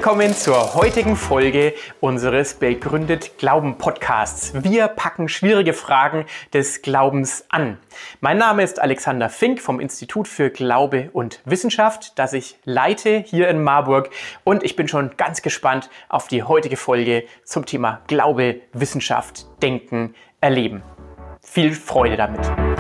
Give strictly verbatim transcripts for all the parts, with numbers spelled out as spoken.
willkommen zur heutigen Folge unseres Begründet Glauben Podcasts. Wir packen schwierige Fragen des Glaubens an. Mein Name ist Alexander Fink vom Institut für Glaube und Wissenschaft, das ich leite hier in Marburg, und ich bin schon ganz gespannt auf die heutige Folge zum Thema Glaube, Wissenschaft, Denken, Erleben. Viel Freude damit!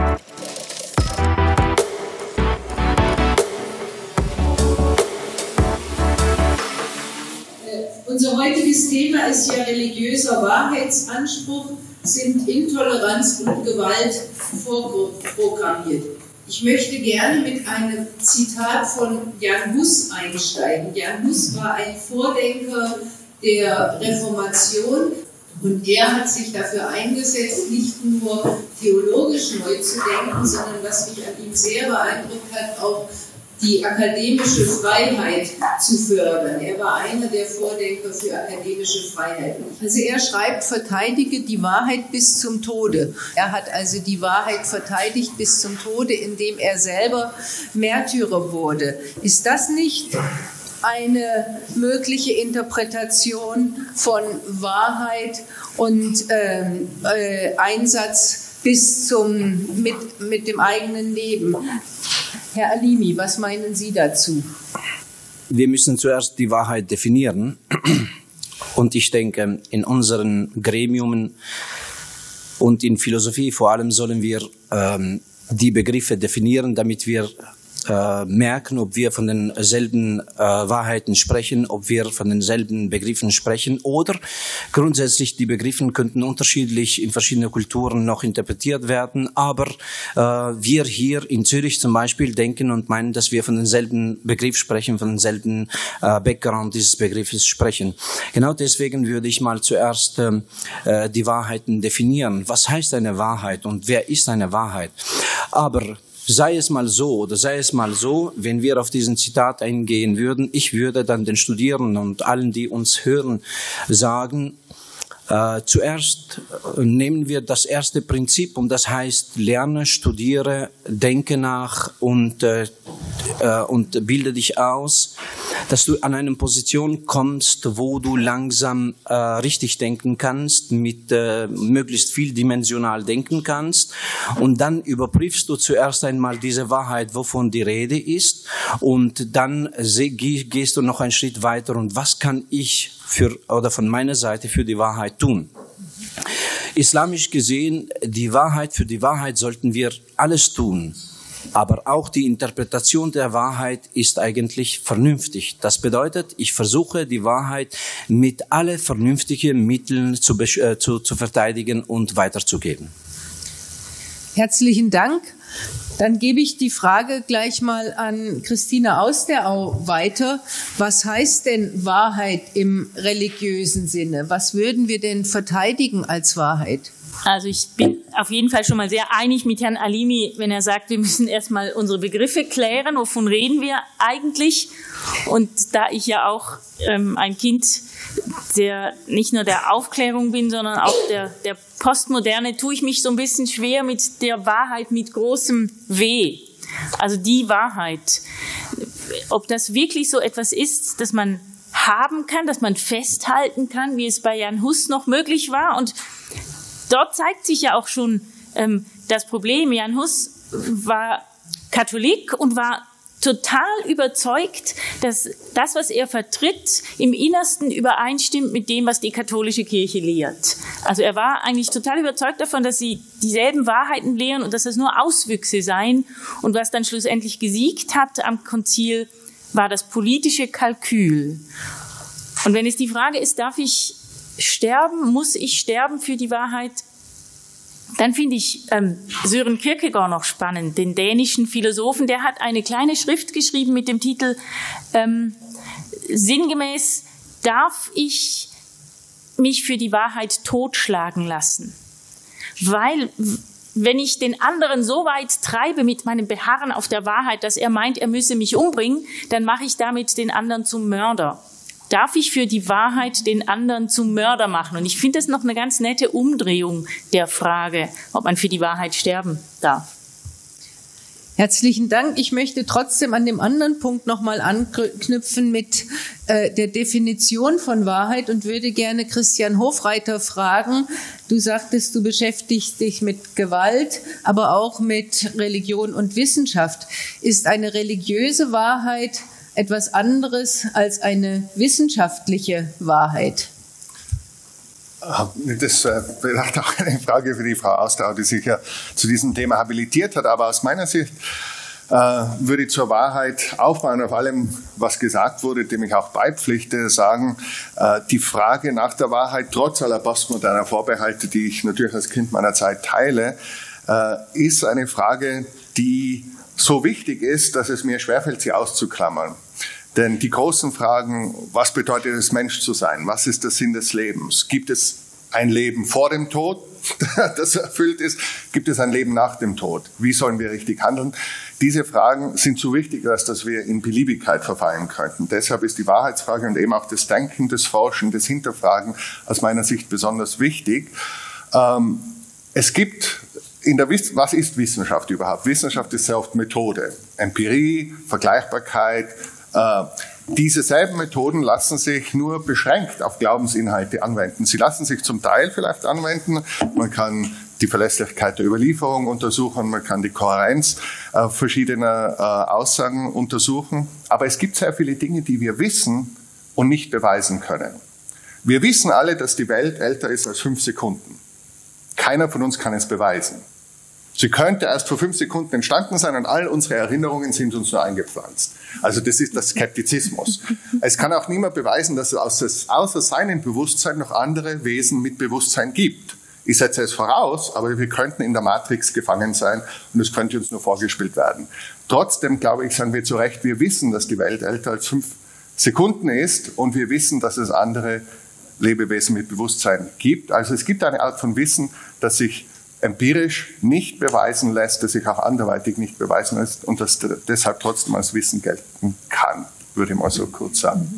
Unser heutiges Thema ist ja religiöser Wahrheitsanspruch, sind Intoleranz und Gewalt vorprogrammiert. Ich möchte gerne mit einem Zitat von Jan Hus einsteigen. Jan Hus war ein Vordenker der Reformation und er hat sich dafür eingesetzt, nicht nur theologisch neu zu denken, sondern was mich an ihm sehr beeindruckt hat, auch die akademische Freiheit zu fördern. Er war einer der Vordenker für akademische Freiheit. Also er schreibt, verteidige die Wahrheit bis zum Tode. Er hat also die Wahrheit verteidigt bis zum Tode, indem er selber Märtyrer wurde. Ist das nicht eine mögliche Interpretation von Wahrheit und ähm, äh, Einsatz bis zum, mit, mit dem eigenen Leben? Herr Alimi, was meinen Sie dazu? Wir müssen zuerst die Wahrheit definieren. Und ich denke, in unseren Gremien und in Philosophie vor allem sollen wir ähm, die Begriffe definieren, damit wir äh, merken, ob wir von denselben äh, Wahrheiten sprechen, ob wir von denselben Begriffen sprechen oder grundsätzlich die Begriffe könnten unterschiedlich in verschiedenen Kulturen noch interpretiert werden, aber äh, wir hier in Zürich zum Beispiel denken und meinen, dass wir von denselben Begriff sprechen, von denselben äh, Background dieses Begriffes sprechen. Genau deswegen würde ich mal zuerst äh, die Wahrheiten definieren. Was heißt eine Wahrheit und wer ist eine Wahrheit? Aber sei es mal so oder sei es mal so, wenn wir auf diesen Zitat eingehen würden, ich würde dann den Studierenden und allen, die uns hören, sagen, äh, zuerst nehmen wir das erste Prinzip und das heißt, lerne, studiere, denke nach und, äh, äh, und bilde dich aus, dass du an eine Position kommst, wo du langsam äh, richtig denken kannst, mit äh, möglichst vieldimensional denken kannst und dann überprüfst du zuerst einmal diese Wahrheit, wovon die Rede ist und dann seh, geh, gehst du noch einen Schritt weiter und was kann ich für oder von meiner Seite für die Wahrheit tun? Islamisch gesehen, die Wahrheit, für die Wahrheit sollten wir alles tun. Aber auch die Interpretation der Wahrheit ist eigentlich vernünftig. Das bedeutet, ich versuche die Wahrheit mit allen vernünftigen Mitteln zu, äh, zu, zu verteidigen und weiterzugeben. Herzlichen Dank. Dann gebe ich die Frage gleich mal an Christina Austerau weiter. Was heißt denn Wahrheit im religiösen Sinne? Was würden wir denn verteidigen als Wahrheit? Also ich bin auf jeden Fall schon mal sehr einig mit Herrn Alimi, wenn er sagt, wir müssen erstmal unsere Begriffe klären. Wovon reden wir eigentlich? Und da ich ja auch ähm, ein Kind der nicht nur der Aufklärung bin, sondern auch der, der Postmoderne, tue ich mich so ein bisschen schwer mit der Wahrheit mit großem W. Also die Wahrheit. Ob das wirklich so etwas ist, dass man haben kann, dass man festhalten kann, wie es bei Jan Hus noch möglich war. Und dort zeigt sich ja auch schon ähm, das Problem. Jan Hus war Katholik und war total überzeugt, dass das, was er vertritt, im Innersten übereinstimmt mit dem, was die katholische Kirche lehrt. Also er war eigentlich total überzeugt davon, dass sie dieselben Wahrheiten lehren und dass das nur Auswüchse seien. Und was dann schlussendlich gesiegt hat am Konzil, war das politische Kalkül. Und wenn es die Frage ist, darf ich sterben, muss ich sterben für die Wahrheit, dann finde ich ähm, Søren Kierkegaard noch spannend, den dänischen Philosophen. Der hat eine kleine Schrift geschrieben mit dem Titel ähm, sinngemäß, darf ich mich für die Wahrheit totschlagen lassen? Weil wenn ich den anderen so weit treibe mit meinem Beharren auf der Wahrheit, dass er meint, er müsse mich umbringen, dann mache ich damit den anderen zum Mörder. Darf ich für die Wahrheit den anderen zum Mörder machen? Und ich finde das noch eine ganz nette Umdrehung der Frage, ob man für die Wahrheit sterben darf. Herzlichen Dank. Ich möchte trotzdem an dem anderen Punkt nochmal anknüpfen mit äh, der Definition von Wahrheit und würde gerne Christian Hofreiter fragen. Du sagtest, du beschäftigst dich mit Gewalt, aber auch mit Religion und Wissenschaft. Ist eine religiöse Wahrheit etwas anderes als eine wissenschaftliche Wahrheit? Das ist vielleicht auch eine Frage für die Frau Austauer, die sich ja zu diesem Thema habilitiert hat. Aber aus meiner Sicht äh, würde ich zur Wahrheit aufbauen, auf allem, was gesagt wurde, dem ich auch beipflichte, sagen, äh, die Frage nach der Wahrheit, trotz aller postmoderner Vorbehalte, die ich natürlich als Kind meiner Zeit teile, äh, ist eine Frage, die so wichtig ist, dass es mir schwerfällt, sie auszuklammern. Denn die großen Fragen, was bedeutet es, Mensch zu sein? Was ist der Sinn des Lebens? Gibt es ein Leben vor dem Tod, das erfüllt ist? Gibt es ein Leben nach dem Tod? Wie sollen wir richtig handeln? Diese Fragen sind zu wichtig, als dass wir in Beliebigkeit verfallen könnten. Deshalb ist die Wahrheitsfrage und eben auch das Denken, das Forschen, das Hinterfragen aus meiner Sicht besonders wichtig. Ähm, es gibt in der Wiss- was ist Wissenschaft überhaupt? Wissenschaft ist sehr oft Methode, Empirie, Vergleichbarkeit. Äh, diese selben Methoden lassen sich nur beschränkt auf Glaubensinhalte anwenden. Sie lassen sich zum Teil vielleicht anwenden. Man kann die Verlässlichkeit der Überlieferung untersuchen, man kann die Kohärenz äh, verschiedener äh, Aussagen untersuchen. Aber es gibt sehr viele Dinge, die wir wissen und nicht beweisen können. Wir wissen alle, dass die Welt älter ist als fünf Sekunden. Keiner von uns kann es beweisen. Sie könnte erst vor fünf Sekunden entstanden sein und all unsere Erinnerungen sind uns nur eingepflanzt. Also das ist der Skeptizismus. Es kann auch niemand beweisen, dass es außer seinem Bewusstsein noch andere Wesen mit Bewusstsein gibt. Ich setze es voraus, aber wir könnten in der Matrix gefangen sein und es könnte uns nur vorgespielt werden. Trotzdem, glaube ich, sagen wir zu Recht, wir wissen, dass die Welt älter als fünf Sekunden ist und wir wissen, dass es andere Lebewesen mit Bewusstsein gibt. Also es gibt eine Art von Wissen, das sich empirisch nicht beweisen lässt, das sich auch anderweitig nicht beweisen lässt und das deshalb trotzdem als Wissen gelten kann, würde ich mal so kurz sagen.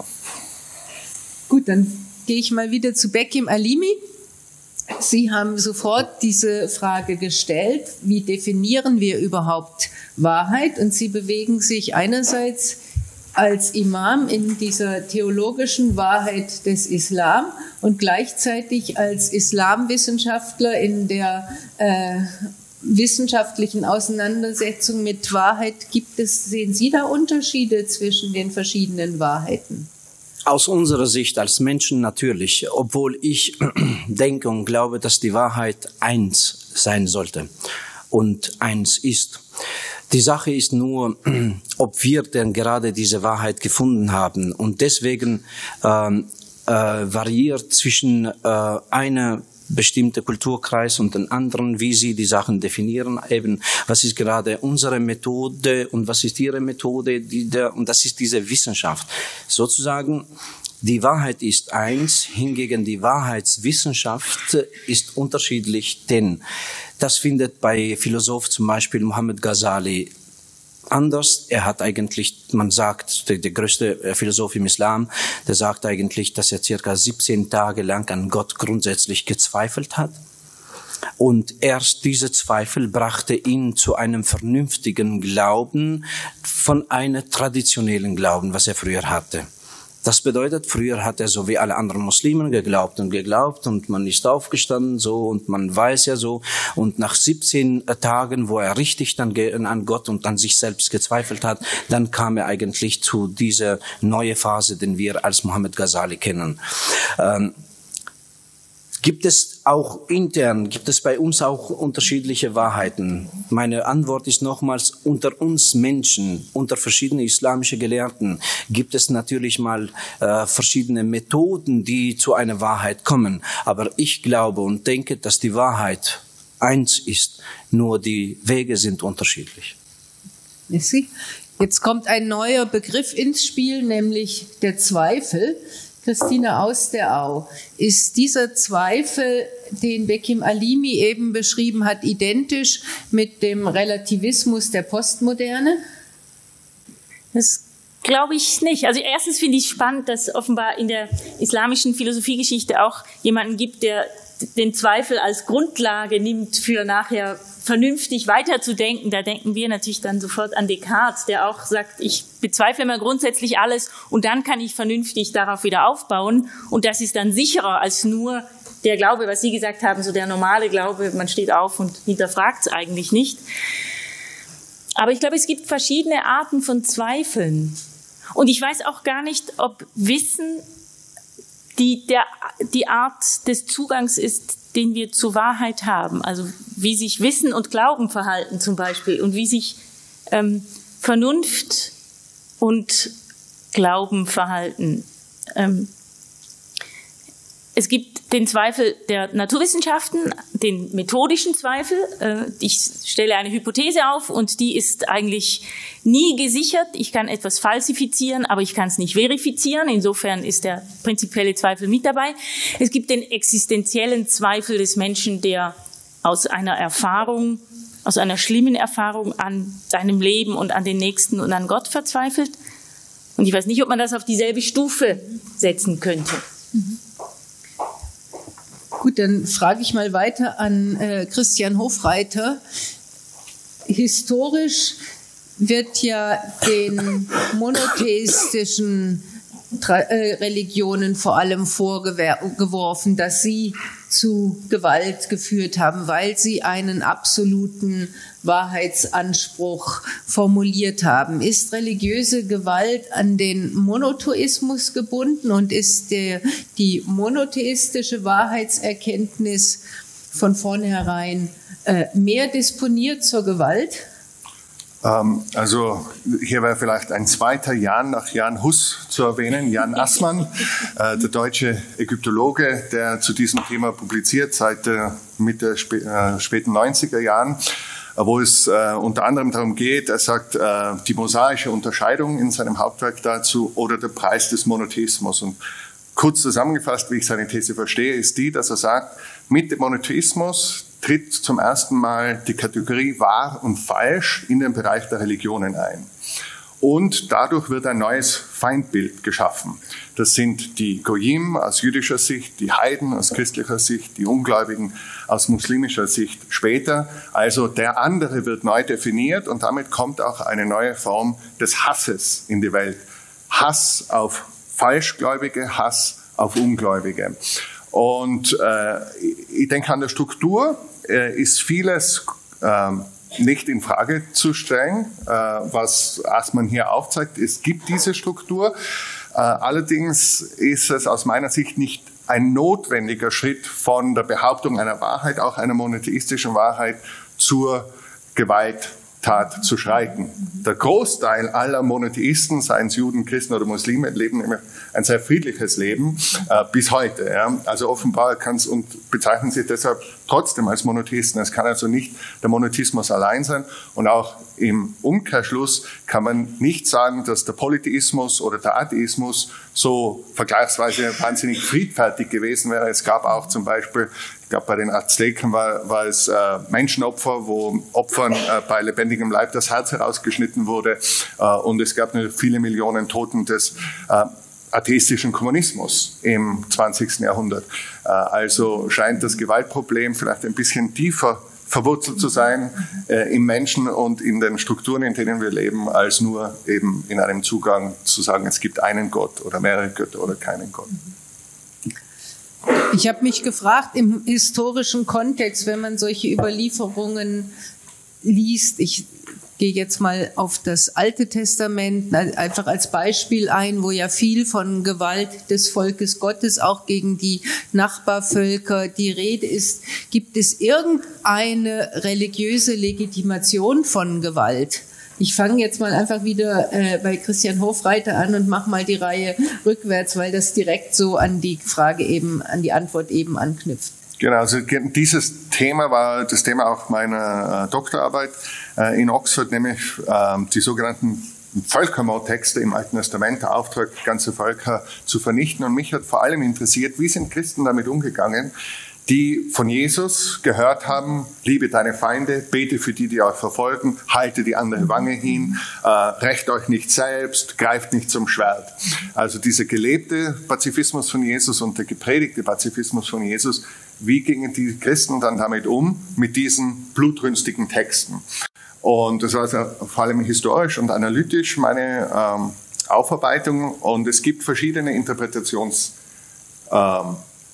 Gut, dann gehe ich mal wieder zu Bekim Alimi. Sie haben sofort diese Frage gestellt, wie definieren wir überhaupt Wahrheit? Und Sie bewegen sich einerseits als Imam in dieser theologischen Wahrheit des Islam und gleichzeitig als Islamwissenschaftler in der äh, wissenschaftlichen Auseinandersetzung mit Wahrheit. Gibt es, sehen Sie da Unterschiede zwischen den verschiedenen Wahrheiten? Aus unserer Sicht als Menschen natürlich, obwohl ich denke und glaube, dass die Wahrheit eins sein sollte und eins ist. Die Sache ist nur, ob wir denn gerade diese Wahrheit gefunden haben. Und deswegen ähm, äh, variiert zwischen äh, einer bestimmte Kulturkreis und den anderen, wie sie die Sachen definieren, eben was ist gerade unsere Methode und was ist ihre Methode, die der, und das ist diese Wissenschaft. Sozusagen, die Wahrheit ist eins, hingegen die Wahrheitswissenschaft ist unterschiedlich, denn das findet bei Philosoph zum Beispiel Mohammed Ghazali anders. Er hat eigentlich, man sagt, der, der größte Philosoph im Islam, der sagt eigentlich, dass er circa siebzehn Tage lang an Gott grundsätzlich gezweifelt hat. Und erst diese Zweifel brachte ihn zu einem vernünftigen Glauben von einem traditionellen Glauben, was er früher hatte. Das bedeutet, früher hat er so wie alle anderen Muslimen geglaubt und geglaubt und man ist aufgestanden so und man weiß ja so. Und nach siebzehn Tagen, wo er richtig dann an Gott und an sich selbst gezweifelt hat, dann kam er eigentlich zu dieser neuen Phase, den wir als Mohammed Ghazali kennen. Ähm, Gibt es auch intern, gibt es bei uns auch unterschiedliche Wahrheiten? Meine Antwort ist nochmals, unter uns Menschen, unter verschiedenen islamischen Gelehrten, gibt es natürlich mal äh, verschiedene Methoden, die zu einer Wahrheit kommen. Aber ich glaube und denke, dass die Wahrheit eins ist, nur die Wege sind unterschiedlich. Jetzt kommt ein neuer Begriff ins Spiel, nämlich der Zweifel. Christine Austerau, ist dieser Zweifel, den Bekim Alimi eben beschrieben hat, identisch mit dem Relativismus der Postmoderne? Das glaube ich nicht. Also erstens finde ich spannend, dass offenbar in der islamischen Philosophiegeschichte auch jemanden gibt, der den Zweifel als Grundlage nimmt für nachher vernünftig weiterzudenken, da denken wir natürlich dann sofort an Descartes, der auch sagt, ich bezweifle mal grundsätzlich alles und dann kann ich vernünftig darauf wieder aufbauen und das ist dann sicherer als nur der Glaube, was Sie gesagt haben, so der normale Glaube, man steht auf und hinterfragt es eigentlich nicht. Aber ich glaube, es gibt verschiedene Arten von Zweifeln. Und ich weiß auch gar nicht, ob Wissen die, der, die Art des Zugangs ist, den wir zur Wahrheit haben. Also wie sich Wissen und Glauben verhalten zum Beispiel und wie sich ähm, Vernunft und Glauben verhalten. Ähm, Es gibt den Zweifel der Naturwissenschaften, den methodischen Zweifel. Ich stelle eine Hypothese auf und die ist eigentlich nie gesichert. Ich kann etwas falsifizieren, aber ich kann es nicht verifizieren. Insofern ist der prinzipielle Zweifel mit dabei. Es gibt den existenziellen Zweifel des Menschen, der aus einer Erfahrung, aus einer schlimmen Erfahrung an seinem Leben und an den Nächsten und an Gott verzweifelt. Und ich weiß nicht, ob man das auf dieselbe Stufe setzen könnte. Mhm. Gut, dann frage ich mal weiter an äh, Christian Hofreiter. Historisch wird ja den monotheistischen Tra- äh, Religionen vor allem vorgeworfen, dass sie zu Gewalt geführt haben, weil sie einen absoluten Wahrheitsanspruch formuliert haben. Ist religiöse Gewalt an den Monotheismus gebunden und ist der, die monotheistische Wahrheitserkenntnis von vornherein äh, mehr disponiert zur Gewalt? Also hier wäre vielleicht ein zweiter Jan nach Jan Hus zu erwähnen, Jan Assmann, äh, der deutsche Ägyptologe, der zu diesem Thema publiziert seit äh, Mitte spä- äh, späten neunziger Jahren, äh, wo es äh, unter anderem darum geht, er sagt, äh, die mosaische Unterscheidung in seinem Hauptwerk dazu oder der Preis des Monotheismus. Und kurz zusammengefasst, wie ich seine These verstehe, ist die, dass er sagt, mit dem Monotheismus tritt zum ersten Mal die Kategorie wahr und falsch in den Bereich der Religionen ein. Und dadurch wird ein neues Feindbild geschaffen. Das sind die Goyim aus jüdischer Sicht, die Heiden aus christlicher Sicht, die Ungläubigen aus muslimischer Sicht später. Also der andere wird neu definiert und damit kommt auch eine neue Form des Hasses in die Welt. Hass auf Falschgläubige, Hass auf Ungläubige. Und äh, ich denke, an der Struktur äh, ist vieles äh, nicht in Frage zu stellen, äh, was Assmann hier aufzeigt. Es gibt diese Struktur. Äh, allerdings ist es aus meiner Sicht nicht ein notwendiger Schritt von der Behauptung einer Wahrheit, auch einer monotheistischen Wahrheit, zur Gewalttat zu schreiten. Der Großteil aller Monotheisten, seien es Juden, Christen oder Muslime, leben nämlich ein sehr friedliches Leben äh, bis heute. Ja. Also offenbar kann es und bezeichnen sich deshalb trotzdem als Monotheisten. Es kann also nicht der Monotheismus allein sein. Und auch im Umkehrschluss kann man nicht sagen, dass der Polytheismus oder der Atheismus so vergleichsweise wahnsinnig friedfertig gewesen wäre. Es gab auch zum Beispiel, ich glaube, bei den Azteken war, war es äh, Menschenopfer, wo Opfern äh, bei lebendigem Leib das Herz herausgeschnitten wurde. Äh, und es gab eine, viele Millionen Toten des äh, atheistischen Kommunismus im zwanzigsten Jahrhundert. Äh, also scheint das Gewaltproblem vielleicht ein bisschen tiefer verwurzelt zu sein äh, im Menschen und in den Strukturen, in denen wir leben, als nur eben in einem Zugang zu sagen, es gibt einen Gott oder mehrere Götter oder keinen Gott. Ich habe mich gefragt, im historischen Kontext, wenn man solche Überlieferungen liest, ich gehe jetzt mal auf das Alte Testament einfach als Beispiel ein, wo ja viel von Gewalt des Volkes Gottes auch gegen die Nachbarvölker die Rede ist. Gibt es irgendeine religiöse Legitimation von Gewalt? Ich fange jetzt mal einfach wieder äh, bei Christian Hofreiter an und mache mal die Reihe rückwärts, weil das direkt so an die Frage eben, an die Antwort eben anknüpft. Genau, also dieses Thema war das Thema auch meiner äh, Doktorarbeit äh, in Oxford, nämlich äh, die sogenannten Völkermordtexte im Alten Testament, der Auftrag, ganze Völker zu vernichten. Und mich hat vor allem interessiert, wie sind Christen damit umgegangen, die von Jesus gehört haben, liebe deine Feinde, bete für die, die euch verfolgen, halte die andere Wange hin, äh, rächt euch nicht selbst, greift nicht zum Schwert. Also dieser gelebte Pazifismus von Jesus und der gepredigte Pazifismus von Jesus, wie gingen die Christen dann damit um, mit diesen blutrünstigen Texten? Und das war also vor allem historisch und analytisch meine ähm, Aufarbeitung. Und es gibt verschiedene Interpretationsstränge.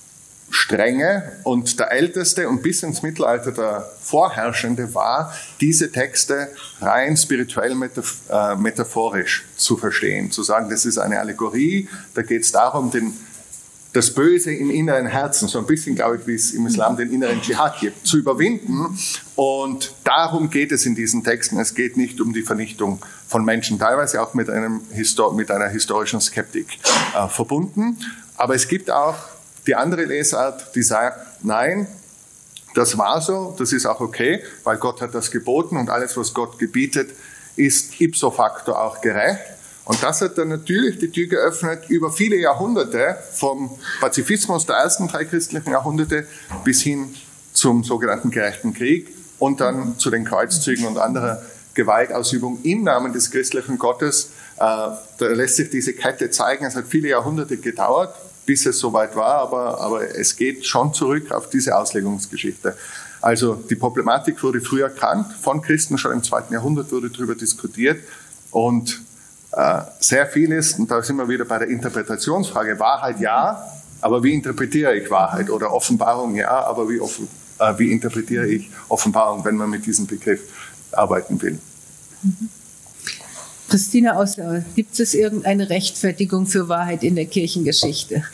Ähm, und der älteste und bis ins Mittelalter der vorherrschende war, diese Texte rein spirituell metaph- äh, metaphorisch zu verstehen. Zu sagen, das ist eine Allegorie, da geht es darum, den das Böse im inneren Herzen, so ein bisschen, glaube ich, wie es im Islam den inneren Dschihad gibt, zu überwinden. Und darum geht es in diesen Texten. Es geht nicht um die Vernichtung von Menschen, teilweise auch mit, einem Histor- mit einer historischen Skeptik äh, verbunden. Aber es gibt auch die andere Lesart, die sagt, nein, das war so, das ist auch okay, weil Gott hat das geboten und alles, was Gott gebietet, ist ipso facto auch gerecht. Und das hat dann natürlich die Tür geöffnet über viele Jahrhunderte, vom Pazifismus der ersten drei christlichen Jahrhunderte bis hin zum sogenannten gerechten Krieg und dann zu den Kreuzzügen und anderer Gewaltausübung im Namen des christlichen Gottes. Äh, da lässt sich diese Kette zeigen. Es hat viele Jahrhunderte gedauert, bis es soweit war, aber, aber es geht schon zurück auf diese Auslegungsgeschichte. Also die Problematik wurde früh erkannt, von Christen schon im zweiten Jahrhundert wurde darüber diskutiert und sehr vieles, und da sind wir wieder bei der Interpretationsfrage, Wahrheit ja, aber wie interpretiere ich Wahrheit? Oder Offenbarung ja, aber wie, offen, äh, wie interpretiere ich Offenbarung, wenn man mit diesem Begriff arbeiten will? Mhm. Christina Ausdauer, gibt es irgendeine Rechtfertigung für Wahrheit in der Kirchengeschichte?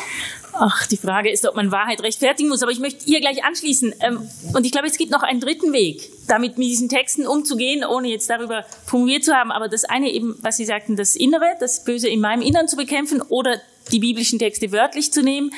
Ach, die Frage ist, ob man Wahrheit rechtfertigen muss. Aber ich möchte hier gleich anschließen. Und ich glaube, es gibt noch einen dritten Weg, damit mit diesen Texten umzugehen, ohne jetzt darüber promoviert zu haben. Aber das eine eben, was Sie sagten, das Innere, das Böse in meinem Innern zu bekämpfen oder die biblischen Texte wörtlich zu nehmen.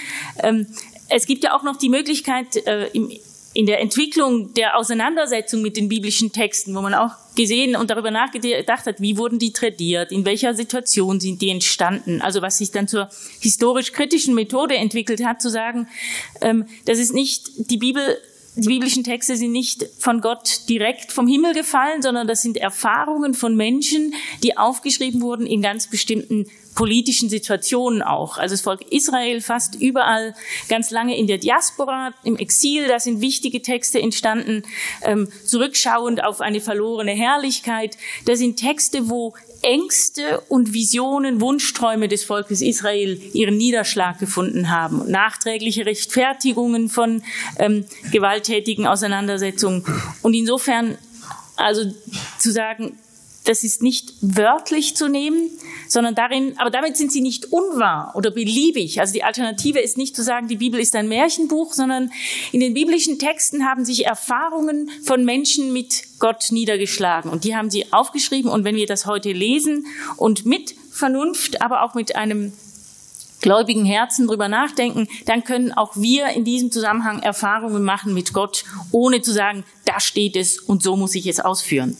Es gibt ja auch noch die Möglichkeit, in der Entwicklung der Auseinandersetzung mit den biblischen Texten, wo man auch gesehen und darüber nachgedacht hat, wie wurden die tradiert, in welcher Situation sind die entstanden, also was sich dann zur historisch-kritischen Methode entwickelt hat, zu sagen, ähm, das ist nicht die Bibel, die biblischen Texte sind nicht von Gott direkt vom Himmel gefallen, sondern das sind Erfahrungen von Menschen, die aufgeschrieben wurden in ganz bestimmten politischen Situationen auch. Also das Volk Israel fast überall ganz lange in der Diaspora, im Exil, da sind wichtige Texte entstanden, ähm, zurückschauend auf eine verlorene Herrlichkeit. Das sind Texte, wo Ängste und Visionen, Wunschträume des Volkes Israel ihren Niederschlag gefunden haben. Nachträgliche Rechtfertigungen von ähm, gewalttätigen Auseinandersetzungen. Und insofern, also zu sagen, das ist nicht wörtlich zu nehmen, sondern darin, aber damit sind sie nicht unwahr oder beliebig. Also die Alternative ist nicht zu sagen, die Bibel ist ein Märchenbuch, sondern in den biblischen Texten haben sich Erfahrungen von Menschen mit Gott niedergeschlagen und die haben sie aufgeschrieben. Und wenn wir das heute lesen und mit Vernunft, aber auch mit einem gläubigen Herzen drüber nachdenken, dann können auch wir in diesem Zusammenhang Erfahrungen machen mit Gott, ohne zu sagen, da steht es und so muss ich es ausführen.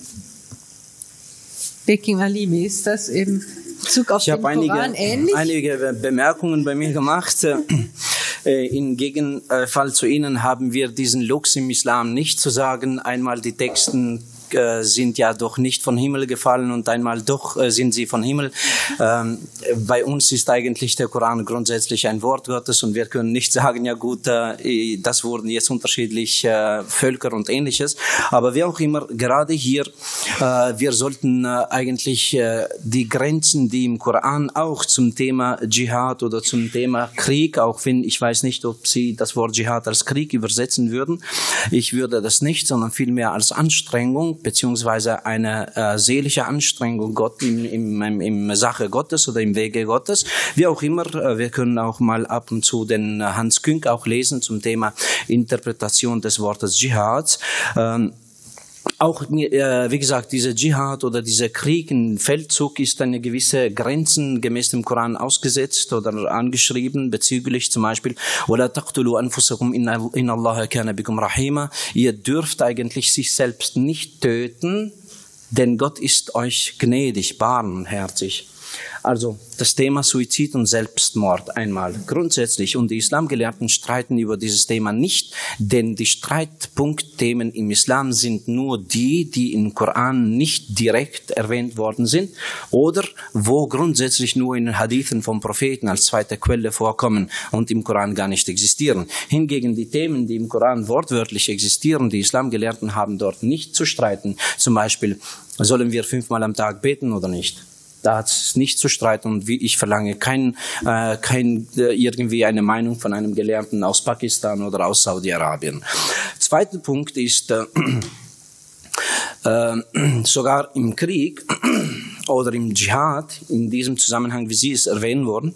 Beking Alimi, ist das im Bezug auf ich den einige, Koran ähnlich? einige Bemerkungen bei mir gemacht. Im Gegenfall zu Ihnen haben wir diesen Lux im Islam nicht zu sagen, einmal die Texten sind ja doch nicht von Himmel gefallen und einmal doch sind sie von Himmel. Ähm, bei uns ist eigentlich der Koran grundsätzlich ein Wort Gottes und wir können nicht sagen, ja gut, äh, das wurden jetzt unterschiedlich äh, Völker und Ähnliches. Aber wie auch immer, gerade hier, äh, wir sollten äh, eigentlich äh, die Grenzen, die im Koran auch zum Thema Dschihad oder zum Thema Krieg, auch wenn ich weiß nicht, ob Sie das Wort Dschihad als Krieg übersetzen würden. Ich würde das nicht, sondern vielmehr als Anstrengung beziehungsweise eine äh, seelische Anstrengung Gott im, im, im, im Sache Gottes oder im Wege Gottes. Wie auch immer, äh, wir können auch mal ab und zu den Hans Künk auch lesen zum Thema Interpretation des Wortes Dschihad. Ähm, Auch, äh, wie gesagt, dieser Dschihad oder dieser Krieg, ein Feldzug ist eine gewisse Grenzen gemäß dem Koran ausgesetzt oder angeschrieben, bezüglich zum Beispiel, وَلَا تَقْتُلُوا أَنفُسَكُمْ إِنَّ اللَّهَ كَانَ بِكُمْ رَحِيمًا. Ihr dürft eigentlich sich selbst nicht töten, denn Gott ist euch gnädig, barmherzig. Also das Thema Suizid und Selbstmord einmal grundsätzlich. Und die Islamgelehrten streiten über dieses Thema nicht, denn die Streitpunktthemen im Islam sind nur die, die im Koran nicht direkt erwähnt worden sind oder wo grundsätzlich nur in den Hadithen vom Propheten als zweite Quelle vorkommen und im Koran gar nicht existieren. Hingegen die Themen, die im Koran wortwörtlich existieren, die Islamgelehrten haben dort nicht zu streiten. Zum Beispiel, sollen wir fünfmal am Tag beten oder nicht? Da hat es nicht zu streiten und wie ich verlange kein, äh, kein äh, irgendwie eine Meinung von einem Gelehrten aus Pakistan oder aus Saudi-Arabien. Zweiter Punkt ist, äh, äh, sogar im Krieg oder im Dschihad, in diesem Zusammenhang, wie Sie es erwähnen wurden,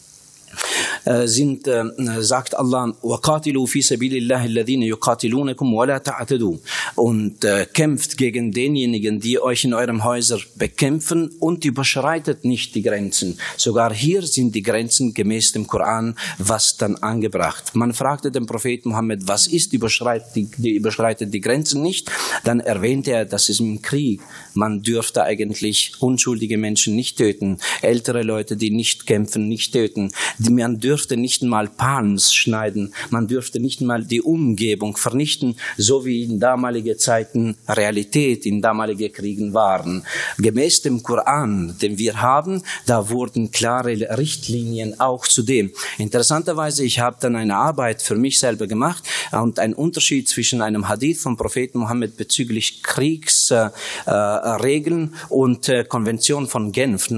sind, äh, sagt Allah, وَقَاتِلُوا فِي سَبِيلِ اللَّهِ الَّذِينَ يُقَاتِلُونَكُمْ وَلَا تَعْتَدُوا, und äh, kämpft gegen denjenigen, die euch in eurem Häuser bekämpfen, und überschreitet nicht die Grenzen. Sogar hier sind die Grenzen gemäß dem Koran was dann angebracht. Man fragte den Propheten Mohammed, was ist, überschreitet die, die, überschreitet die Grenzen nicht? Dann erwähnte er, dass es im Krieg, man dürfte eigentlich unschuldige Menschen nicht töten, ältere Leute, die nicht kämpfen, nicht töten. Man dürfte nicht mal Palms schneiden, man dürfte nicht mal die Umgebung vernichten, so wie in damaligen Zeiten Realität in damaligen Kriegen waren. Gemäß dem Koran, den wir haben, da wurden klare Richtlinien auch zu dem. Interessanterweise, ich habe dann eine Arbeit für mich selber gemacht und einen Unterschied zwischen einem Hadith vom Propheten Mohammed bezüglich Kriegsregeln äh, und äh, Konvention von Genf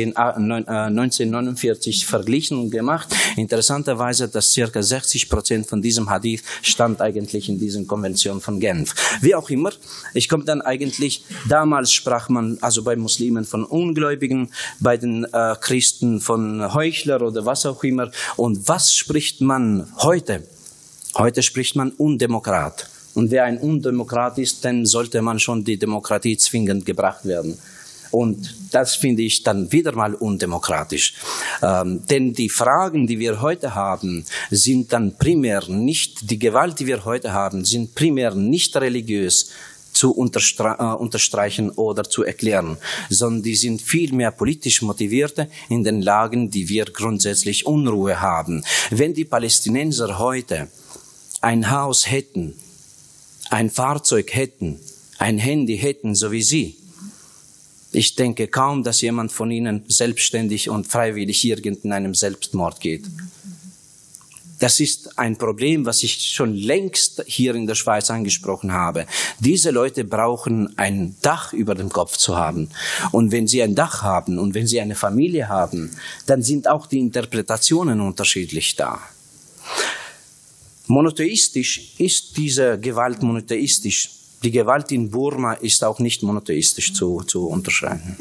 neunzehnhundertneunundvierzig verglichen und gemacht. Interessanterweise, dass circa sechzig Prozent von diesem Hadith stand eigentlich in dieser Konvention von Genf. Wie auch immer, ich komme dann eigentlich, damals sprach man also bei Muslimen von Ungläubigen, bei den äh, Christen von Heuchler oder was auch immer. Und was spricht man heute? Heute spricht man Undemokrat. Und wer ein Undemokrat ist, dann sollte man schon die Demokratie zwingend gebracht werden. Und das finde ich dann wieder mal undemokratisch. Ähm, denn die Fragen, die wir heute haben, sind dann primär nicht, die Gewalt, die wir heute haben, sind primär nicht religiös zu unterstre- äh, unterstreichen oder zu erklären, sondern die sind viel mehr politisch motivierte in den Lagen, die wir grundsätzlich Unruhe haben. Wenn die Palästinenser heute ein Haus hätten, ein Fahrzeug hätten, ein Handy hätten, so wie sie, ich denke kaum, dass jemand von ihnen selbstständig und freiwillig irgendeinem Selbstmord geht. Das ist ein Problem, was ich schon längst hier in der Schweiz angesprochen habe. Diese Leute brauchen ein Dach über dem Kopf zu haben. Und wenn sie ein Dach haben und wenn sie eine Familie haben, dann sind auch die Interpretationen unterschiedlich da. Monotheistisch ist diese Gewalt monotheistisch. Die Gewalt in Burma ist auch nicht monotheistisch zu, zu unterscheiden.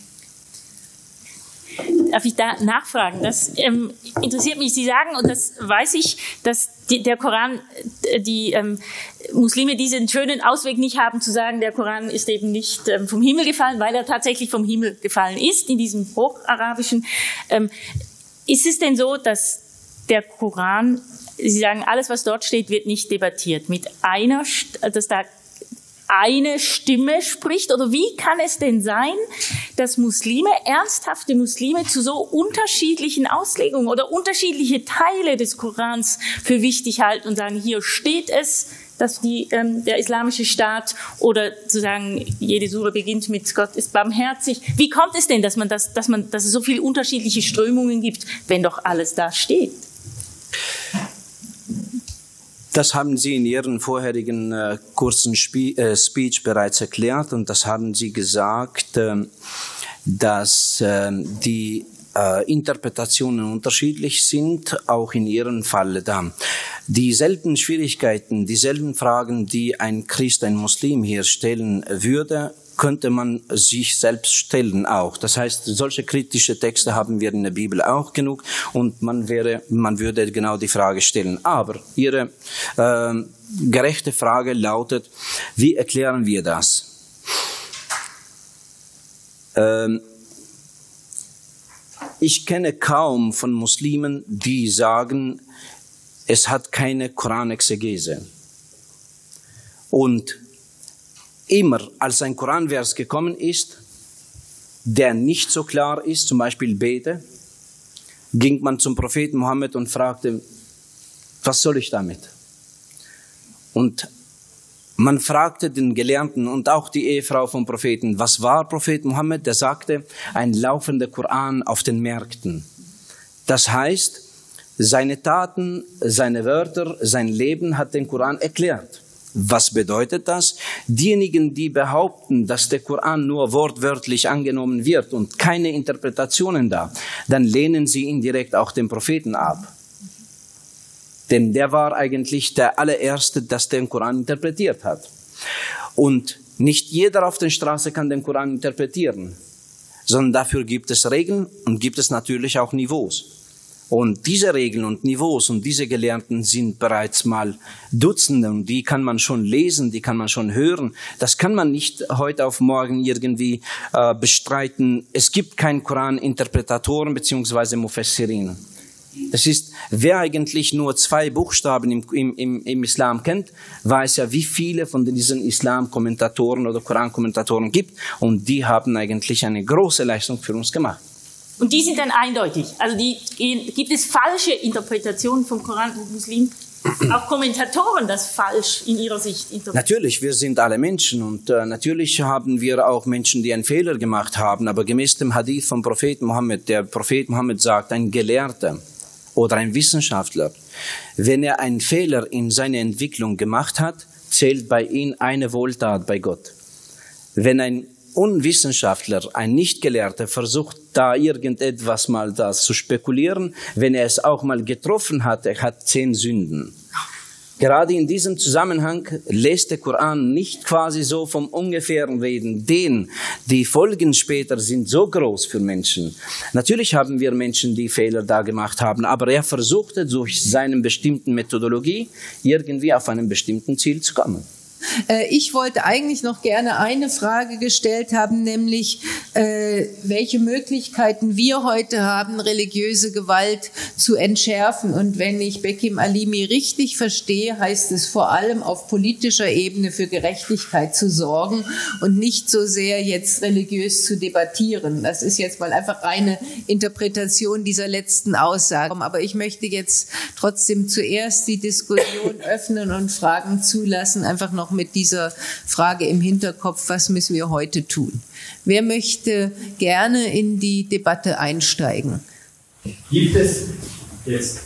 Darf ich da nachfragen? Das ähm, interessiert mich. Sie sagen, und das weiß ich, dass die, der Koran, die ähm, Muslime diesen schönen Ausweg nicht haben, zu sagen, der Koran ist eben nicht ähm, vom Himmel gefallen, weil er tatsächlich vom Himmel gefallen ist, in diesem Hocharabischen. Ähm, ist es denn so, dass der Koran, Sie sagen, alles, was dort steht, wird nicht debattiert, mit einer, dass da eine Stimme spricht? Oder wie kann es denn sein, dass Muslime, ernsthafte Muslime, zu so unterschiedlichen Auslegungen oder unterschiedliche Teile des Korans für wichtig halten und sagen, hier steht es, dass die, ähm, der islamische Staat, oder zu sagen, jede Sure beginnt mit Gott ist barmherzig. Wie kommt es denn, dass man das, dass man, dass es so viele unterschiedliche Strömungen gibt, wenn doch alles da steht? Das haben Sie in Ihren vorherigen äh, kurzen Spe- äh, Speech bereits erklärt, und das haben Sie gesagt, äh, dass äh, die äh, Interpretationen unterschiedlich sind, auch in Ihrem Falle da. Dieselben Schwierigkeiten, dieselben Fragen, die ein Christ, ein Muslim hier stellen würde, könnte man sich selbst stellen auch. Das heißt, solche kritische Texte haben wir in der Bibel auch genug, und man wäre, man würde genau die Frage stellen. Aber Ihre äh, gerechte Frage lautet, wie erklären wir das? Ähm, ich kenne kaum von Muslimen, die sagen, es hat keine Koranexegese. Und immer, als ein Koranvers gekommen ist, der nicht so klar ist, zum Beispiel Bete, ging man zum Propheten Mohammed und fragte, was soll ich damit? Und man fragte den Gelernten und auch die Ehefrau vom Propheten, was war Prophet Mohammed? Der sagte, ein laufender Koran auf den Märkten. Das heißt, seine Taten, seine Wörter, sein Leben hat den Koran erklärt. Was bedeutet das? Diejenigen, die behaupten, dass der Koran nur wortwörtlich angenommen wird und keine Interpretationen da, dann lehnen sie indirekt auch den Propheten ab. Denn der war eigentlich der allererste, der den Koran interpretiert hat. Und nicht jeder auf der Straße kann den Koran interpretieren, sondern dafür gibt es Regeln und gibt es natürlich auch Niveaus. Und diese Regeln und Niveaus und diese Gelernten sind bereits mal Dutzende und die kann man schon lesen, die kann man schon hören. Das kann man nicht heute auf morgen irgendwie äh, bestreiten. Es gibt keinen Koran-Interpretatoren bzw. Mufassirin. Das ist, wer eigentlich nur zwei Buchstaben im, im, im Islam kennt, weiß ja, wie viele von diesen Islam-Kommentatoren oder Koran-Kommentatoren gibt. Und die haben eigentlich eine große Leistung für uns gemacht. Und die sind dann eindeutig. Also die, gibt es falsche Interpretationen vom Koran und Muslim? Auch Kommentatoren das falsch in ihrer Sicht interpretieren? Natürlich, wir sind alle Menschen und äh, natürlich haben wir auch Menschen, die einen Fehler gemacht haben. Aber gemäß dem Hadith vom Propheten Mohammed, der Prophet Mohammed sagt, ein Gelehrter oder ein Wissenschaftler, wenn er einen Fehler in seiner Entwicklung gemacht hat, zählt bei ihm eine Wohltat bei Gott. Wenn ein Unwissenschaftler, ein Nichtgelehrter versucht, da irgendetwas mal das zu spekulieren, wenn er es auch mal getroffen hat, er hat zehn Sünden. Gerade in diesem Zusammenhang lässt der Koran nicht quasi so vom Ungefähren reden, denn die Folgen später sind so groß für Menschen. Natürlich haben wir Menschen, die Fehler da gemacht haben, aber er versuchte durch seine bestimmte Methodologie irgendwie auf einem bestimmten Ziel zu kommen. Ich wollte eigentlich noch gerne eine Frage gestellt haben, nämlich äh, welche Möglichkeiten wir heute haben, religiöse Gewalt zu entschärfen. Und wenn ich Bekim Alimi richtig verstehe, heißt es vor allem auf politischer Ebene für Gerechtigkeit zu sorgen und nicht so sehr jetzt religiös zu debattieren. Das ist jetzt mal einfach reine Interpretation dieser letzten Aussage. Aber ich möchte jetzt trotzdem zuerst die Diskussion öffnen und Fragen zulassen, einfach noch mit dieser Frage im Hinterkopf, was müssen wir heute tun? Wer möchte gerne in die Debatte einsteigen? Gibt es jetzt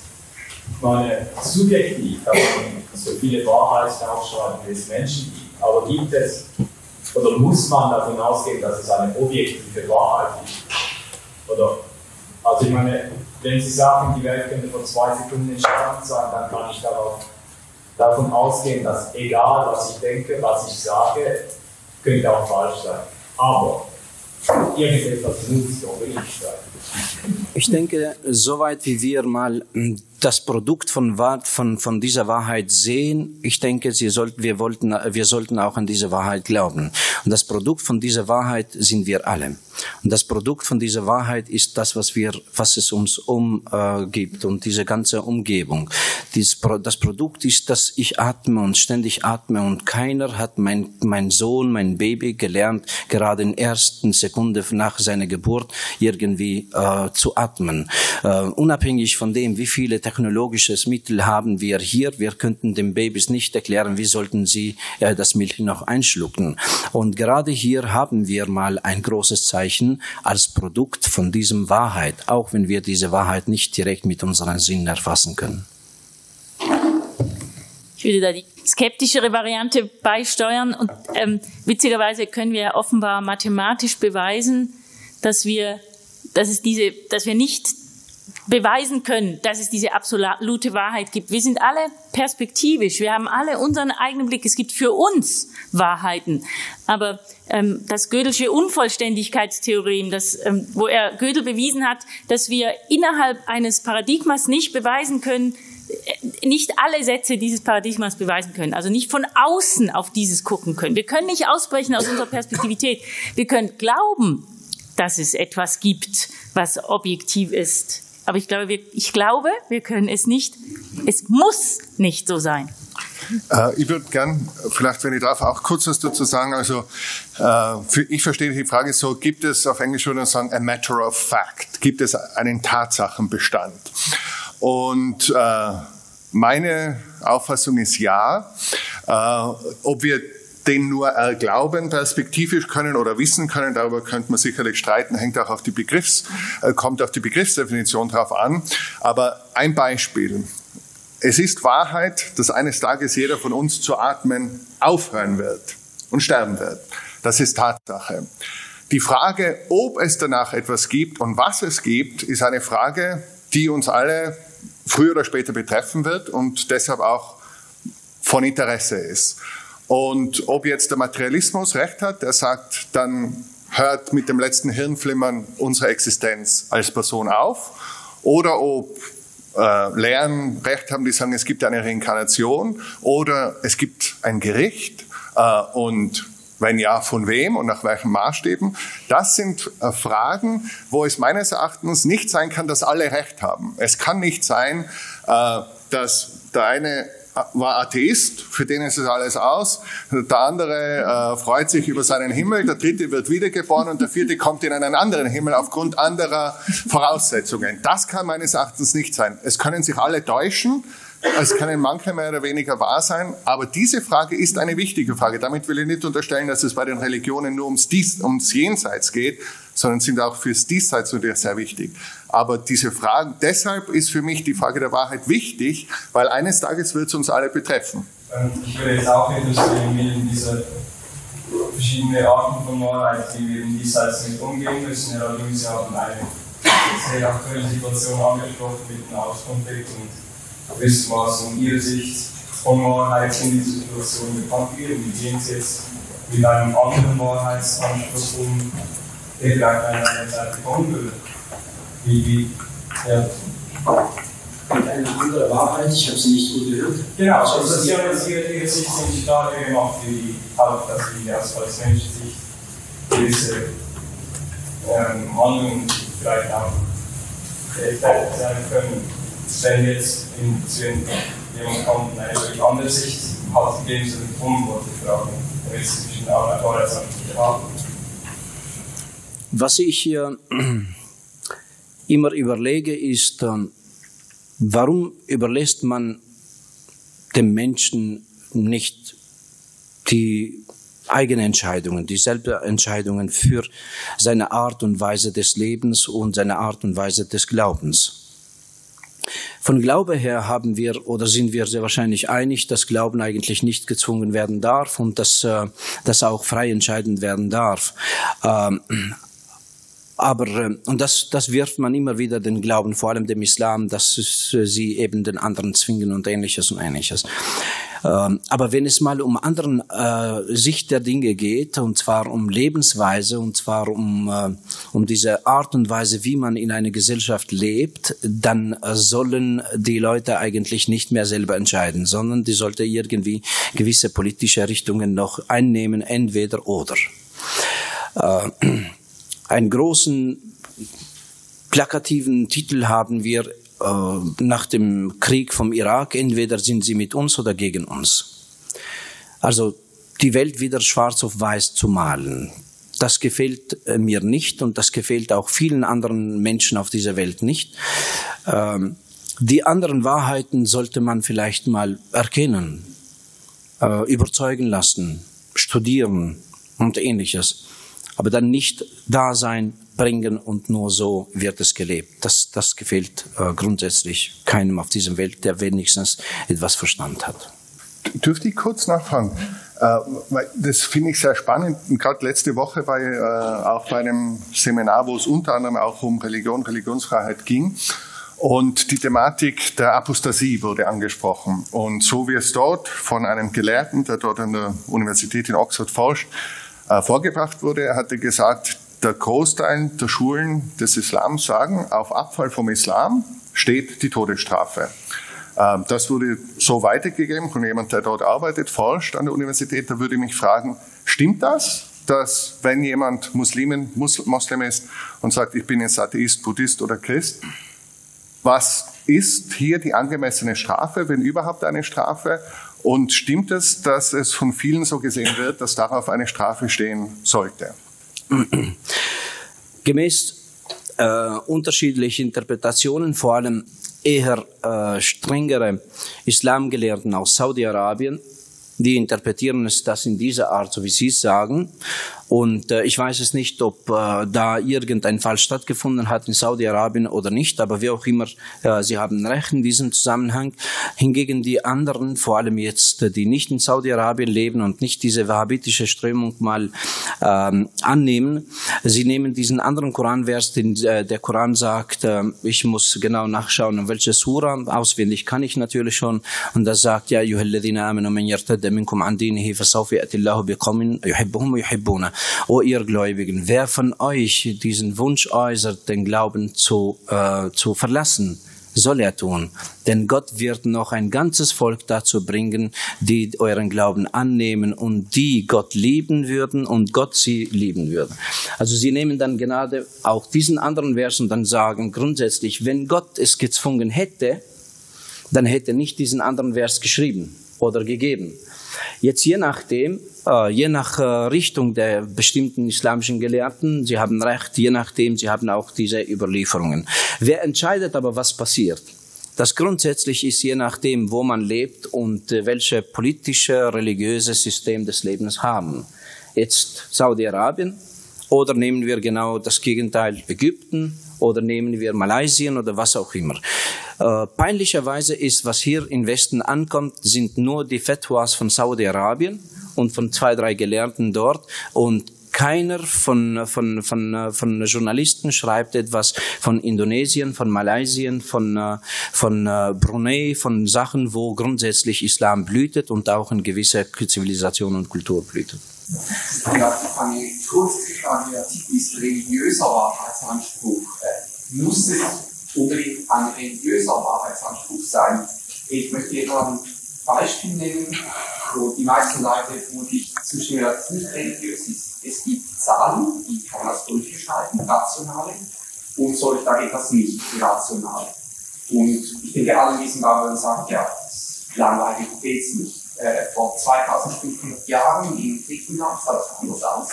mal subjektiv, so viele Wahrheiten aufschreiben, wie es Menschen gibt, aber gibt es oder muss man davon ausgehen, dass es eine objektive Wahrheit gibt? Oder, also ich meine, wenn Sie sagen, die Welt könnte vor zwei Sekunden entstanden sein, dann kann ich darauf davon ausgehen, dass egal was ich denke, was ich sage, könnte auch falsch sein. Aber irgendetwas muss doch richtig sein. Ich denke, soweit wie wir mal das Produkt von, von, von dieser Wahrheit sehen, ich denke, sie sollten, wir, wollten, wir sollten auch an diese Wahrheit glauben. Und das Produkt von dieser Wahrheit sind wir alle. Und das Produkt von dieser Wahrheit ist das, was wir, was es uns umgibt äh, und diese ganze Umgebung. Dies, das Produkt ist, dass ich atme und ständig atme und keiner hat mein, mein Sohn, mein Baby gelernt, gerade in der ersten Sekunde nach seiner Geburt irgendwie äh, zu atmen. Äh, unabhängig von dem, wie viele technologisches Mittel haben wir hier, wir könnten den Babys nicht erklären, wie sollten sie äh, das Milch noch einschlucken. Und gerade hier haben wir mal ein großes Zeichen als Produkt von diesem Wahrheit, auch wenn wir diese Wahrheit nicht direkt mit unseren Sinnen erfassen können. Ich würde da die skeptischere Variante beisteuern und ähm, witzigerweise können wir offenbar mathematisch beweisen, dass wir, dass es diese, dass wir nicht beweisen können, dass es diese absolute Wahrheit gibt. Wir sind alle perspektivisch, wir haben alle unseren eigenen Blick. Es gibt für uns Wahrheiten, aber ähm, das Gödelsche Unvollständigkeitstheorem, das, ähm, wo er Gödel bewiesen hat, dass wir innerhalb eines Paradigmas nicht beweisen können, nicht alle Sätze dieses Paradigmas beweisen können, also nicht von außen auf dieses gucken können. Wir können nicht ausbrechen aus unserer Perspektivität. Wir können glauben, dass es etwas gibt, was objektiv ist. Aber ich glaube, wir, ich glaube, wir können es nicht, es muss nicht so sein. Äh, ich würde gern, vielleicht wenn ich darf, auch kurz was dazu sagen. Also äh, für, ich verstehe die Frage so, gibt es, auf Englisch würde man sagen, a matter of fact, gibt es einen Tatsachenbestand? Und äh, meine Auffassung ist ja. Äh, ob wir den nur erglauben, perspektivisch können oder wissen können, darüber könnte man sicherlich streiten, hängt auch auf die Begriffs, äh, kommt auf die Begriffsdefinition drauf an. Aber ein Beispiel. Es ist Wahrheit, dass eines Tages jeder von uns zu atmen aufhören wird und sterben wird. Das ist Tatsache. Die Frage, ob es danach etwas gibt und was es gibt, ist eine Frage, die uns alle früher oder später betreffen wird und deshalb auch von Interesse ist. Und ob jetzt der Materialismus recht hat, der sagt, dann hört mit dem letzten Hirnflimmern unsere Existenz als Person auf, oder ob äh, Lehren recht haben, die sagen, es gibt eine Reinkarnation oder es gibt ein Gericht äh, und wenn ja, von wem und nach welchen Maßstäben? Das sind äh, Fragen, wo es meines Erachtens nicht sein kann, dass alle recht haben. Es kann nicht sein, äh, dass der eine war Atheist, für den ist es alles aus. Der andere äh, freut sich über seinen Himmel, der dritte wird wiedergeboren und der vierte kommt in einen anderen Himmel aufgrund anderer Voraussetzungen. Das kann meines Erachtens nicht sein. Es können sich alle täuschen, es können manche mehr oder weniger wahr sein, aber diese Frage ist eine wichtige Frage. Damit will ich nicht unterstellen, dass es bei den Religionen nur ums, Dies, ums Jenseits geht, sondern sind auch fürs Diesseits natürlich sehr wichtig. Aber diese Fragen, deshalb ist für mich die Frage der Wahrheit wichtig, weil eines Tages wird es uns alle betreffen. Ich würde jetzt auch interessieren, wie in diese verschiedenen Arten von Wahrheit, die wir im Diesseits mit umgehen müssen. Herr Luis, Sie haben eine sehr aktuelle Situation angesprochen mit dem Nahostkonflikt und wissen, was in Ihrer Sicht von Wahrheit in dieser Situation bekannt wird. Und wie gehen Sie jetzt mit einem anderen Wahrheitsanspruch um, der vielleicht an einer Zeit bekommen würde? Wie, wie, ja. Mit einer anderen Wahrheit, ich habe sie nicht gut gehört. Genau, also Sie haben jetzt Ihre, Ihre Sicht ziemlich klar gemacht, die auch, dass die aus als Menschensicht gewisse ähm, Handlungen vielleicht auch rechtfertigt sein können. Wenn jetzt in Beziehung jemand kommt und eine völlig andere Sicht hat, geben Sie den Grund, wollte ich fragen, wenn Sie zwischen einer Wahrheitsanspruch haben. Was ich hier immer überlege, ist, warum überlässt man dem Menschen nicht die eigenen Entscheidungen, die Selbstentscheidungen für seine Art und Weise des Lebens und seine Art und Weise des Glaubens? Von Glaube her haben wir oder sind wir sehr wahrscheinlich einig, dass Glauben eigentlich nicht gezwungen werden darf und dass äh, das auch frei entscheidend werden darf. Ähm, Aber, und das, das wirft man immer wieder den Glauben, vor allem dem Islam, dass es, sie eben den anderen zwingen und Ähnliches und Ähnliches. Ähm, aber wenn es mal um anderen äh, Sicht der Dinge geht, und zwar um Lebensweise, und zwar um, äh, um diese Art und Weise, wie man in einer Gesellschaft lebt, dann äh, sollen die Leute eigentlich nicht mehr selber entscheiden, sondern die sollten irgendwie gewisse politische Richtungen noch einnehmen, entweder oder. Äh, Einen großen, plakativen Titel haben wir äh, nach dem Krieg vom Irak, entweder sind sie mit uns oder gegen uns. Also die Welt wieder schwarz auf weiß zu malen, das gefällt äh, mir nicht und das gefällt auch vielen anderen Menschen auf dieser Welt nicht. Ähm, die anderen Wahrheiten sollte man vielleicht mal erkennen, äh, überzeugen lassen, studieren und Ähnliches. Aber dann nicht Dasein bringen und nur so wird es gelebt. Das, das gefällt äh, grundsätzlich keinem auf dieser Welt, der wenigstens etwas Verstand hat. Dürfte ich kurz nachfragen? Äh, weil das finde ich sehr spannend. Gerade letzte Woche war ich äh, auch bei einem Seminar, wo es unter anderem auch um Religion, Religionsfreiheit ging. Und die Thematik der Apostasie wurde angesprochen. Und so wie es dort von einem Gelehrten, der dort an der Universität in Oxford forscht, vorgebracht wurde. Er hatte gesagt, der Großteil der Schulen des Islams sagen, auf Abfall vom Islam steht die Todesstrafe. Das wurde so weitergegeben von jemandem, der dort arbeitet, forscht an der Universität. Da würde ich mich fragen, stimmt das, dass wenn jemand Muslimen, Moslem ist und sagt, ich bin jetzt Atheist, Buddhist oder Christ, was ist hier die angemessene Strafe, wenn überhaupt eine Strafe? Und stimmt es, dass es von vielen so gesehen wird, dass darauf eine Strafe stehen sollte? Gemäß äh, unterschiedlichen Interpretationen, vor allem eher äh, strengere Islamgelehrten aus Saudi-Arabien, die interpretieren es das in dieser Art, so wie Sie es sagen. Und äh, ich weiß es nicht, ob äh, da irgendein Fall stattgefunden hat in Saudi-Arabien oder nicht, aber wie auch immer, äh, Sie haben recht in diesem Zusammenhang. Hingegen die anderen, vor allem jetzt, äh, die nicht in Saudi-Arabien leben und nicht diese wahhabitische Strömung mal ähm, annehmen, sie nehmen diesen anderen Koranvers, den äh, der Koran sagt, äh, ich muss genau nachschauen, in welche Sura, auswendig kann ich natürlich schon, und das sagt, ja, ayyuhalladhina amanu man yartadda minkum an dinihi fasawfa ya'ti Allahu biqawmin yuhibbuhum wa yuhibbuna. O ihr Gläubigen, wer von euch diesen Wunsch äußert, den Glauben zu, äh, zu verlassen, soll er tun. Denn Gott wird noch ein ganzes Volk dazu bringen, die euren Glauben annehmen und die Gott lieben würden und Gott sie lieben würden. Also sie nehmen dann gerade auch diesen anderen Vers und dann sagen grundsätzlich, wenn Gott es gezwungen hätte, dann hätte er nicht diesen anderen Vers geschrieben oder gegeben. Jetzt je nachdem, äh, je nach äh, Richtung der bestimmten islamischen Gelehrten, sie haben recht, je nachdem, sie haben auch diese Überlieferungen. Wer entscheidet aber, was passiert? Das grundsätzlich ist je nachdem, wo man lebt und äh, welche politische, religiöse System des Lebens haben. Jetzt Saudi-Arabien oder nehmen wir genau das Gegenteil, Ägypten, oder nehmen wir Malaysia oder was auch immer. Äh, peinlicherweise ist, was hier im Westen ankommt, sind nur die Fatwas von Saudi-Arabien und von zwei, drei Gelehrten dort und keiner von, von, von, von Journalisten schreibt etwas von Indonesien, von Malaysia, von, von Brunei, von Sachen, wo grundsätzlich Islam blühtet und auch eine gewisse Zivilisation und Kultur blühtet. Ja, eine kurze Frage, der Titel ist religiöser Wahrheitsanspruch. Muss es unbedingt ein religiöser Wahrheitsanspruch sein? Ich möchte hier ein Beispiel nennen, wo die meisten Leute vermutlich zustimmen, dass es nicht religiös ist. Es gibt Zahlen, die kann man als Brüche schreiben, rationale, und solche, da geht das nicht irrational. Und ich denke, alle in diesem Raum würden sagen, ja, langweilig geht es nicht. Äh, vor zweitausendfünfhundert Jahren in Griechenland war das anders als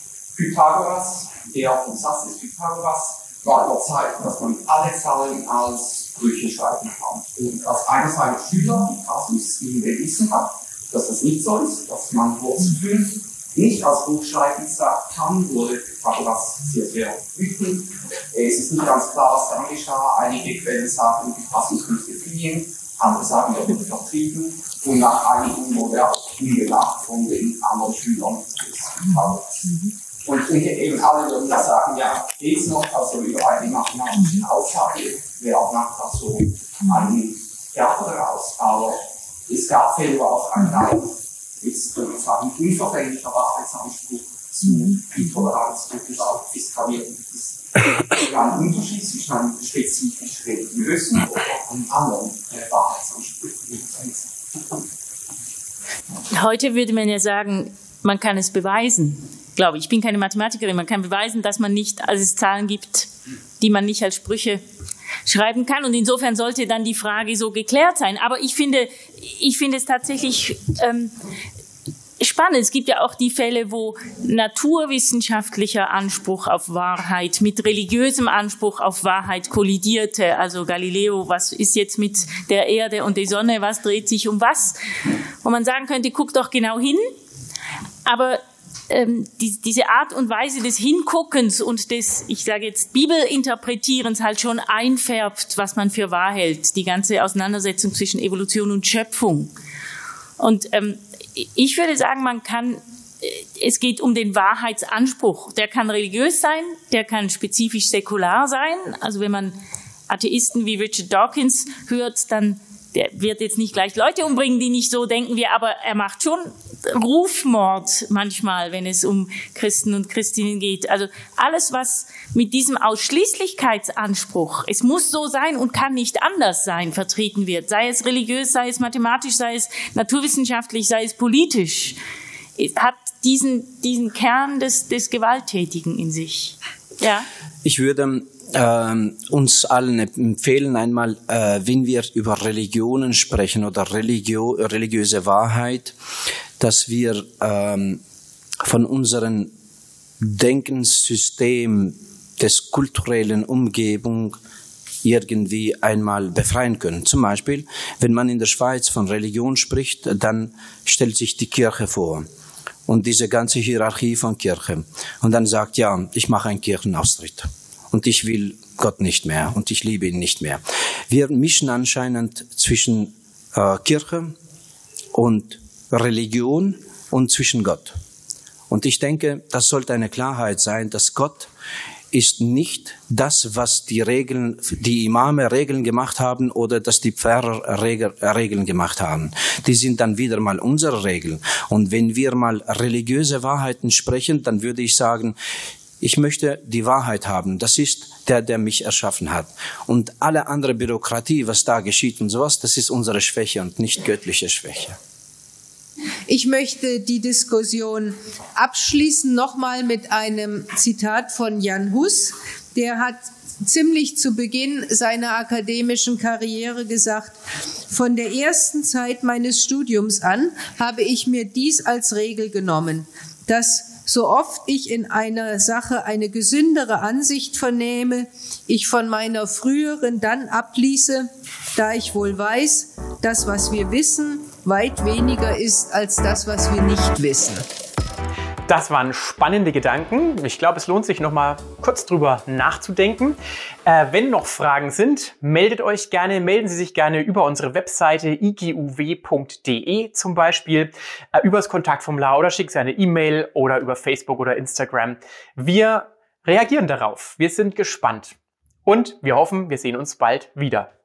Pythagoras, der von Satz des Pythagoras, war der Zeit, dass man alle Zahlen als Brüche schreiben kann. Und als einer seiner Schüler, Cassius, ihm bewiesen hat, dass das nicht so ist, dass man Wurzel fünf nicht als Buch schreiben kann, wurde Pythagoras sehr, sehr wütend. Es ist nicht ganz klar, was dann geschah. Einige Quellen sagen, Cassius musste fliehen, andere sagen, er wurde vertrieben. Und nach einigen wurde er auch umgebracht von den anderen Schülern des Pythagoras. Und eben alle würden da sagen, ja, geht's noch, also über eine mathematische Aussage wäre auch nachher so ein Theater daraus. Aber es gab Fälle, wo auch ein rein, jetzt würde ich sagen, unverfänglicher Wahrheitsanspruch zu Intoleranz und Gewalt eskaliert. Es ist ja ein Unterschied zwischen einem spezifisch religiösen oder einem anderen äh, Wahrheitsanspruch. Heute würde man ja sagen, man kann es beweisen. Glaube ich, ich bin keine Mathematikerin, man kann beweisen, dass man nicht, als es Zahlen gibt, die man nicht als Sprüche schreiben kann. Und insofern sollte dann die Frage so geklärt sein. Aber ich finde, ich finde es tatsächlich ähm, spannend. Es gibt ja auch die Fälle, wo naturwissenschaftlicher Anspruch auf Wahrheit mit religiösem Anspruch auf Wahrheit kollidierte. Also Galileo, was ist jetzt mit der Erde und der Sonne, was dreht sich um was? Wo man sagen könnte, guck doch genau hin. Aber ähm, die, diese Art und Weise des Hinguckens und des, ich sage jetzt, Bibelinterpretierens halt schon einfärbt, was man für wahr hält. Die ganze Auseinandersetzung zwischen Evolution und Schöpfung. Und ähm, ich würde sagen, man kann, es geht um den Wahrheitsanspruch. Der kann religiös sein, der kann spezifisch säkular sein. Also wenn man Atheisten wie Richard Dawkins hört, dann der wird jetzt nicht gleich Leute umbringen, die nicht so denken wie, aber er macht schon Rufmord manchmal, wenn es um Christen und Christinnen geht. Also alles, was mit diesem Ausschließlichkeitsanspruch, es muss so sein und kann nicht anders sein, vertreten wird, sei es religiös, sei es mathematisch, sei es naturwissenschaftlich, sei es politisch, hat diesen, diesen Kern des, des Gewalttätigen in sich. Ja. Ich würde ähm, uns allen empfehlen einmal, äh, wenn wir über Religionen sprechen oder Religio, religiöse Wahrheit, dass wir ähm, von unserem Denkenssystem des kulturellen Umgebung irgendwie einmal befreien können. Zum Beispiel, wenn man in der Schweiz von Religion spricht, dann stellt sich die Kirche vor und diese ganze Hierarchie von Kirche. Und dann sagt, ja, ich mache einen Kirchenaustritt und ich will Gott nicht mehr und ich liebe ihn nicht mehr. Wir mischen anscheinend zwischen äh, Kirche und Religion und zwischen Gott. Und ich denke, das sollte eine Klarheit sein, dass Gott ist nicht das, was die Regeln, die Imame Regeln gemacht haben oder dass die Pfarrer Regeln gemacht haben. Die sind dann wieder mal unsere Regeln. Und wenn wir mal religiöse Wahrheiten sprechen, dann würde ich sagen, ich möchte die Wahrheit haben. Das ist der, der mich erschaffen hat. Und alle andere Bürokratie, was da geschieht und sowas, das ist unsere Schwäche und nicht göttliche Schwäche. Ich möchte die Diskussion abschließen nochmal mit einem Zitat von Jan Hus. Der hat ziemlich zu Beginn seiner akademischen Karriere gesagt, von der ersten Zeit meines Studiums an habe ich mir dies als Regel genommen, dass so oft ich in einer Sache eine gesündere Ansicht vernehme, ich von meiner früheren dann abließe, da ich wohl weiß, das, was wir wissen, weit weniger ist als das, was wir nicht wissen. Das waren spannende Gedanken. Ich glaube, es lohnt sich noch mal kurz drüber nachzudenken. Äh, wenn noch Fragen sind, meldet euch gerne, melden Sie sich gerne über unsere Webseite i g u w punkt d e zum Beispiel, äh, über das Kontaktformular oder schickt Sie eine E-Mail oder über Facebook oder Instagram. Wir reagieren darauf. Wir sind gespannt und wir hoffen, wir sehen uns bald wieder.